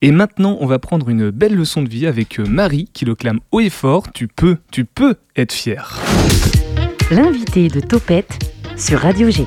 Et maintenant, on va prendre une belle leçon de vie avec Marie qui le clame haut et fort. Tu peux être fier. L'invité de Topette sur Radio G.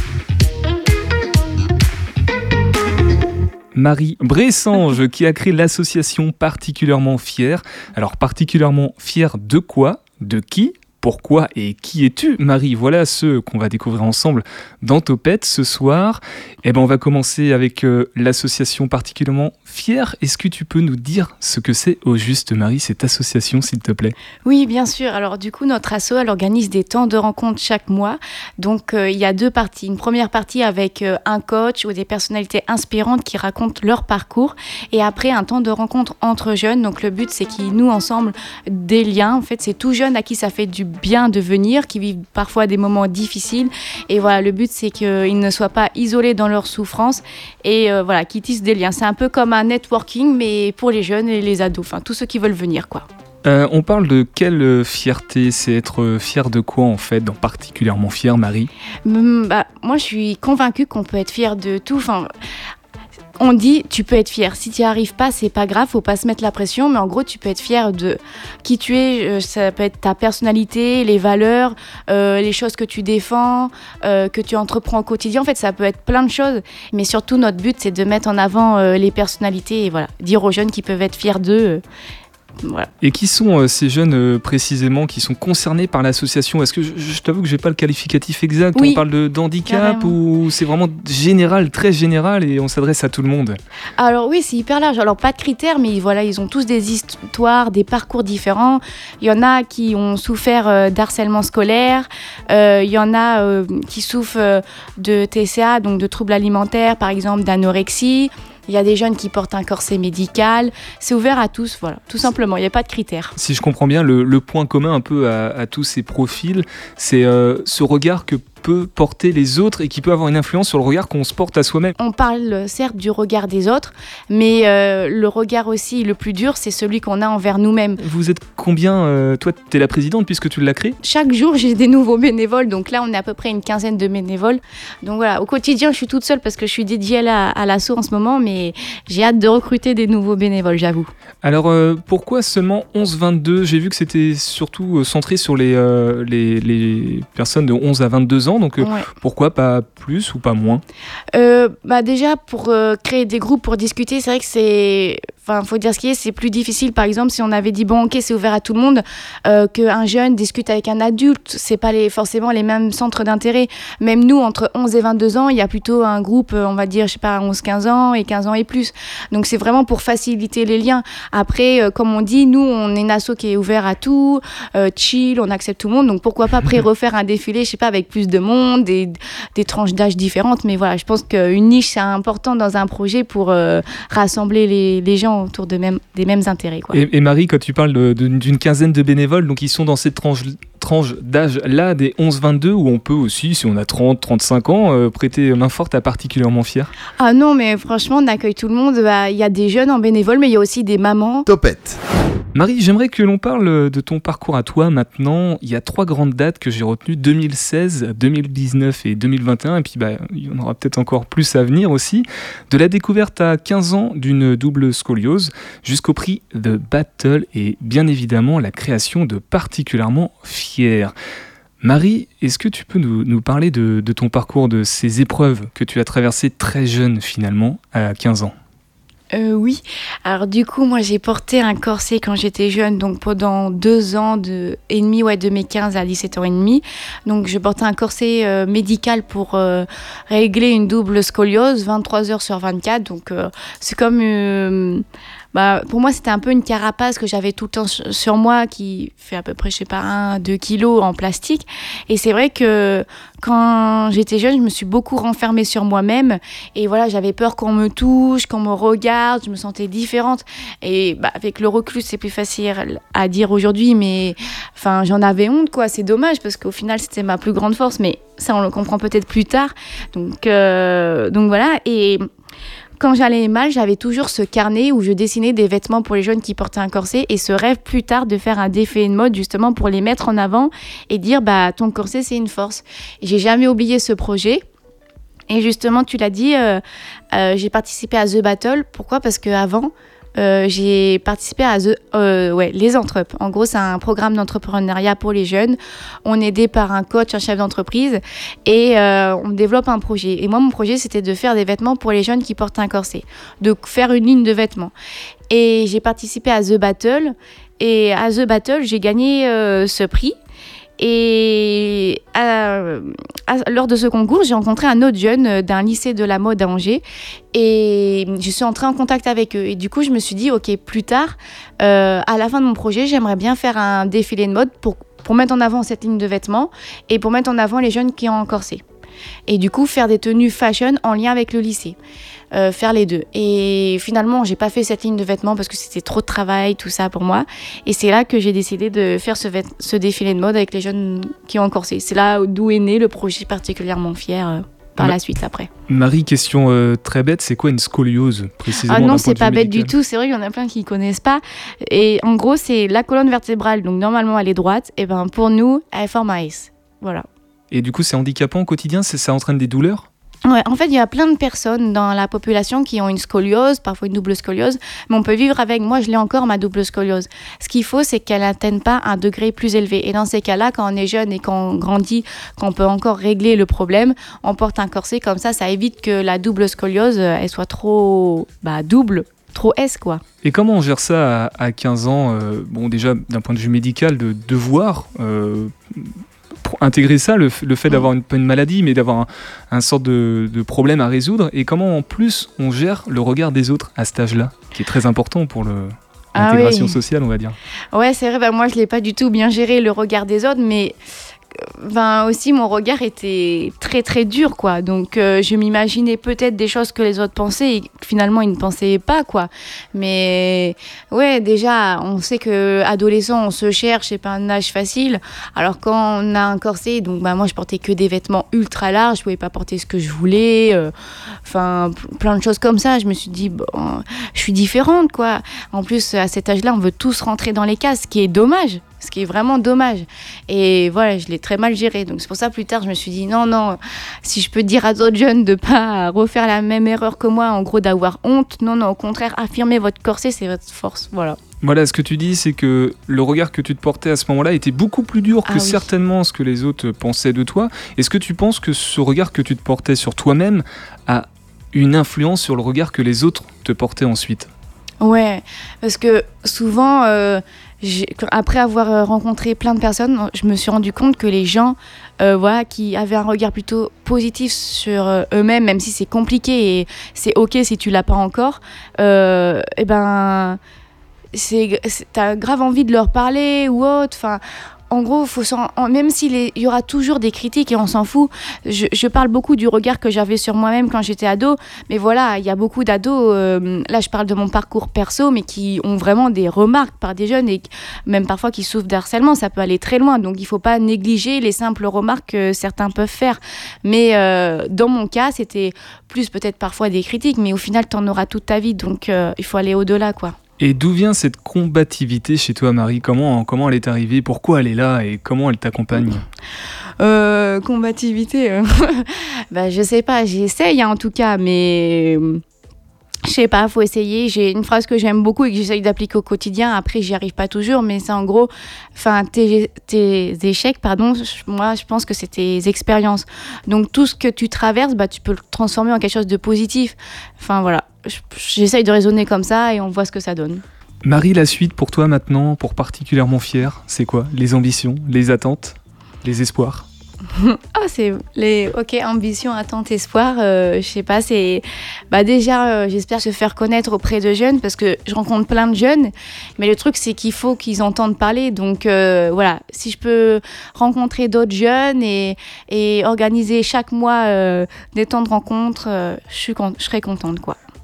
Marie Bressange qui a créé l'association Particulièrement Fière. Alors particulièrement fière de quoi ? De qui ? Pourquoi et qui es-tu, Marie ? Voilà ce qu'on va découvrir ensemble dans Topette ce soir. On va commencer avec l'association Particulièrement Fière. Est-ce que tu peux nous dire ce que c'est au juste, Marie, cette association, s'il te plaît ? Oui, bien sûr. Alors du coup, notre asso, elle organise des temps de rencontre chaque mois. Donc il y a deux parties. Une première partie avec un coach ou des personnalités inspirantes qui racontent leur parcours. Et après, un temps de rencontre entre jeunes. Donc le but, c'est qu'ils nouent ensemble des liens. En fait, c'est tout jeune à qui ça fait du bien de venir, qui vivent parfois des moments difficiles. Et voilà, le but, c'est qu'ils ne soient pas isolés dans leur souffrance et voilà, qu'ils tissent des liens. C'est un peu comme un networking, mais pour les jeunes et les ados, enfin tous ceux qui veulent venir, quoi. On parle de quelle fierté ? C'est être fier de quoi, en fait, dans Particulièrement Fier, Marie ? Moi, je suis convaincue qu'on peut être fier de tout. Enfin, on dit, tu peux être fier. Si tu n'y arrives pas, c'est pas grave, faut pas se mettre la pression. Mais en gros, tu peux être fier de qui tu es. Ça peut être ta personnalité, les valeurs, les choses que tu défends, que tu entreprends au quotidien. En fait, ça peut être plein de choses. Mais surtout, notre but, c'est de mettre en avant les personnalités et voilà, dire aux jeunes qu'ils peuvent être fiers d'eux. Voilà. Et qui sont ces jeunes précisément qui sont concernés par l'association ? Est-ce que je t'avoue que j'ai pas le qualificatif exact ? Oui, on parle d'handicap carrément. Ou c'est vraiment général, très général et on s'adresse à tout le monde ? Alors oui, c'est hyper large. Alors pas de critères, mais voilà, ils ont tous des histoires, des parcours différents. Il y en a qui ont souffert d'harcèlement scolaire. Il y en a qui souffrent de TCA, donc de troubles alimentaires, par exemple d'anorexie. Il y a des jeunes qui portent un corset médical. C'est ouvert à tous, voilà, tout simplement. Il n'y a pas de critères. Si je comprends bien, le point commun un peu à tous ces profils, c'est ce regard que peut porter les autres et qui peut avoir une influence sur le regard qu'on se porte à soi-même. On parle certes du regard des autres, mais le regard aussi le plus dur, c'est celui qu'on a envers nous-mêmes. Vous êtes combien ? Toi, tu es la présidente puisque tu l'as créée ? Chaque jour, j'ai des nouveaux bénévoles. Donc là, on est à peu près une quinzaine de bénévoles. Donc voilà, au quotidien, je suis toute seule parce que je suis dédiée à l'asso en ce moment, mais j'ai hâte de recruter des nouveaux bénévoles, j'avoue. Alors, pourquoi seulement 11-22 ? J'ai vu que c'était surtout centré sur les personnes de 11 à 22 ans. Donc, Ouais. pourquoi pas plus ou pas moins ? Déjà, pour créer des groupes pour discuter, c'est vrai que c'est... Enfin, faut dire ce qui est, c'est plus difficile. Par exemple, si on avait dit, bon, ok, c'est ouvert à tout le monde, qu'un jeune discute avec un adulte, c'est pas forcément les mêmes centres d'intérêt. Même nous, entre 11 et 22 ans, il y a plutôt un groupe, on va dire, je sais pas, 11-15 ans et 15 ans et plus. Donc, c'est vraiment pour faciliter les liens. Après, comme on dit, nous, on est une asso qui est ouvert à tout, chill, on accepte tout le monde. Donc, pourquoi pas après refaire un défilé, je sais pas, avec plus de monde, des tranches d'âge différentes. Mais voilà, je pense qu'une niche, c'est important dans un projet pour rassembler les gens autour des mêmes intérêts, quoi. Et Marie, quand tu parles d'une quinzaine de bénévoles, donc ils sont dans cette tranche d'âge-là, des 11-22, où on peut aussi, si on a 30-35 ans, prêter main forte à Particulièrement Fier. Ah non, mais franchement, on accueille tout le monde. Il y a des jeunes en bénévole, mais il y a aussi des mamans. Topette. Marie, j'aimerais que l'on parle de ton parcours à toi maintenant. Il y a 3 grandes dates que j'ai retenues, 2016, 2019 et 2021. Et puis, il y en aura peut-être encore plus à venir aussi. De la découverte à 15 ans d'une double scoliose jusqu'au prix The Battle et bien évidemment la création de Particulièrement Fier. Marie, est-ce que tu peux nous parler de ton parcours, de ces épreuves que tu as traversées très jeune finalement, à 15 ans ? Oui, alors du coup, moi j'ai porté un corset quand j'étais jeune, donc pendant 2 ans et demi, de mes 15 à 17 ans et demi. Donc je portais un corset médical pour régler une double scoliose, 23 heures sur 24. Donc c'est comme... pour moi, c'était un peu une carapace que j'avais tout le temps sur moi qui fait à peu près, 1-2 kilos en plastique. Et c'est vrai que quand j'étais jeune, je me suis beaucoup renfermée sur moi-même. Et voilà, j'avais peur qu'on me touche, qu'on me regarde. Je me sentais différente. Et avec le recul, c'est plus facile à dire aujourd'hui. Mais j'en avais honte, quoi. C'est dommage parce qu'au final, c'était ma plus grande force. Mais ça, on le comprend peut-être plus tard. Donc voilà. Et... quand j'allais mal, j'avais toujours ce carnet où je dessinais des vêtements pour les jeunes qui portaient un corset et ce rêve plus tard de faire un défilé de mode justement pour les mettre en avant et dire ton corset c'est une force. Et j'ai jamais oublié ce projet. Et justement, tu l'as dit, j'ai participé à The Battle. Pourquoi ? Parce qu'avant, j'ai participé à les Entrep. En gros, c'est un programme d'entrepreneuriat pour les jeunes. On est aidé par un coach, un chef d'entreprise et on développe un projet. Et moi, mon projet, c'était de faire des vêtements pour les jeunes qui portent un corset, de faire une ligne de vêtements. Et j'ai participé à The Battle. Et à The Battle, j'ai gagné ce prix. Et lors de ce concours, j'ai rencontré un autre jeune d'un lycée de la mode à Angers et je suis entrée en contact avec eux. Et du coup, je me suis dit, ok, plus tard, à la fin de mon projet, j'aimerais bien faire un défilé de mode pour mettre en avant cette ligne de vêtements et pour mettre en avant les jeunes qui ont un corset. Et du coup, faire des tenues fashion en lien avec le lycée. Faire les deux. Et finalement, j'ai pas fait cette ligne de vêtements parce que c'était trop de travail, tout ça pour moi. Et c'est là que j'ai décidé de faire ce défilé de mode avec les jeunes qui ont un corset. C'est là d'où est né le projet particulièrement fier par la suite après. Marie, question très bête, c'est quoi une scoliose précisément? Ah non, c'est pas bête du tout. C'est vrai qu'il y en a plein qui connaissent pas. Et en gros, c'est la colonne vertébrale. Donc normalement, elle est droite. Et ben pour nous, elle forme un S. Voilà. Et du coup, c'est handicapant au quotidien? Ça entraîne des douleurs? Ouais, en fait, il y a plein de personnes dans la population qui ont une scoliose, parfois une double scoliose, mais on peut vivre avec. Moi, je l'ai encore, ma double scoliose. Ce qu'il faut, c'est qu'elle n'atteigne pas un degré plus élevé. Et dans ces cas-là, quand on est jeune et qu'on grandit, qu'on peut encore régler le problème, on porte un corset comme ça évite que la double scoliose, elle soit trop double. Trop S, quoi. Et comment on gère ça à 15 ans? Bon, déjà, d'un point de vue médical, de devoir pour intégrer ça, le fait d'avoir une maladie, mais d'avoir un sorte de problème à résoudre, et comment en plus on gère le regard des autres à cet âge-là, qui est très important pour l'intégration sociale, on va dire. Ouais, c'est vrai, moi je l'ai pas du tout bien géré, le regard des autres, mais aussi mon regard était très très dur, quoi. Donc je m'imaginais peut-être des choses que les autres pensaient et finalement ils ne pensaient pas, quoi. Mais ouais, déjà on sait que adolescent on se cherche, c'est pas un âge facile. Alors quand on a un corset, donc moi je portais que des vêtements ultra larges, je pouvais pas porter ce que je voulais, plein de choses comme ça. Je me suis dit je suis différente, quoi. En plus à cet âge-là on veut tous rentrer dans les cases, ce qui est dommage. Ce qui est vraiment dommage. Et voilà, je l'ai très mal géré. Donc c'est pour ça, plus tard, je me suis dit, non, si je peux dire à d'autres jeunes de ne pas refaire la même erreur que moi, en gros, d'avoir honte, non, au contraire, affirmer votre corset, c'est votre force, voilà. Voilà, ce que tu dis, c'est que le regard que tu te portais à ce moment-là était beaucoup plus dur que certainement ce que les autres pensaient de toi. Est-ce que tu penses que ce regard que tu te portais sur toi-même a une influence sur le regard que les autres te portaient ensuite? Ouais, parce que souvent... après avoir rencontré plein de personnes, je me suis rendu compte que les gens qui avaient un regard plutôt positif sur eux-mêmes, même si c'est compliqué et c'est ok si tu l'as pas encore, t'as grave envie de leur parler ou autre. En gros, même s'il y aura toujours des critiques et on s'en fout, je parle beaucoup du regard que j'avais sur moi-même quand j'étais ado, mais voilà, il y a beaucoup d'ados, là je parle de mon parcours perso, mais qui ont vraiment des remarques par des jeunes et même parfois qui souffrent d'harcèlement, ça peut aller très loin, donc il ne faut pas négliger les simples remarques que certains peuvent faire. Mais dans mon cas, c'était plus peut-être parfois des critiques, mais au final, tu en auras toute ta vie, donc il faut aller au-delà, quoi. Et d'où vient cette combativité chez toi, Marie? Comment elle est arrivée? Pourquoi elle est là? Et comment elle t'accompagne? Combativité je sais pas, j'essaye en tout cas, mais je sais pas, faut essayer. J'ai une phrase que j'aime beaucoup et que j'essaye d'appliquer au quotidien. Après, j'y arrive pas toujours, mais c'est en gros, tes échecs, moi, je pense que c'est tes expériences. Donc, tout ce que tu traverses, tu peux le transformer en quelque chose de positif. Voilà, j'essaye de raisonner comme ça et on voit ce que ça donne. Marie, la suite pour toi maintenant, pour particulièrement fière, c'est quoi? Les ambitions, les attentes, les espoirs? C'est les ambitions, attentes, espoirs, je sais pas, c'est déjà j'espère se faire connaître auprès de jeunes parce que je rencontre plein de jeunes, mais le truc c'est qu'il faut qu'ils entendent parler, donc voilà, si je peux rencontrer d'autres jeunes et organiser chaque mois des temps de rencontre, je serai contente, quoi.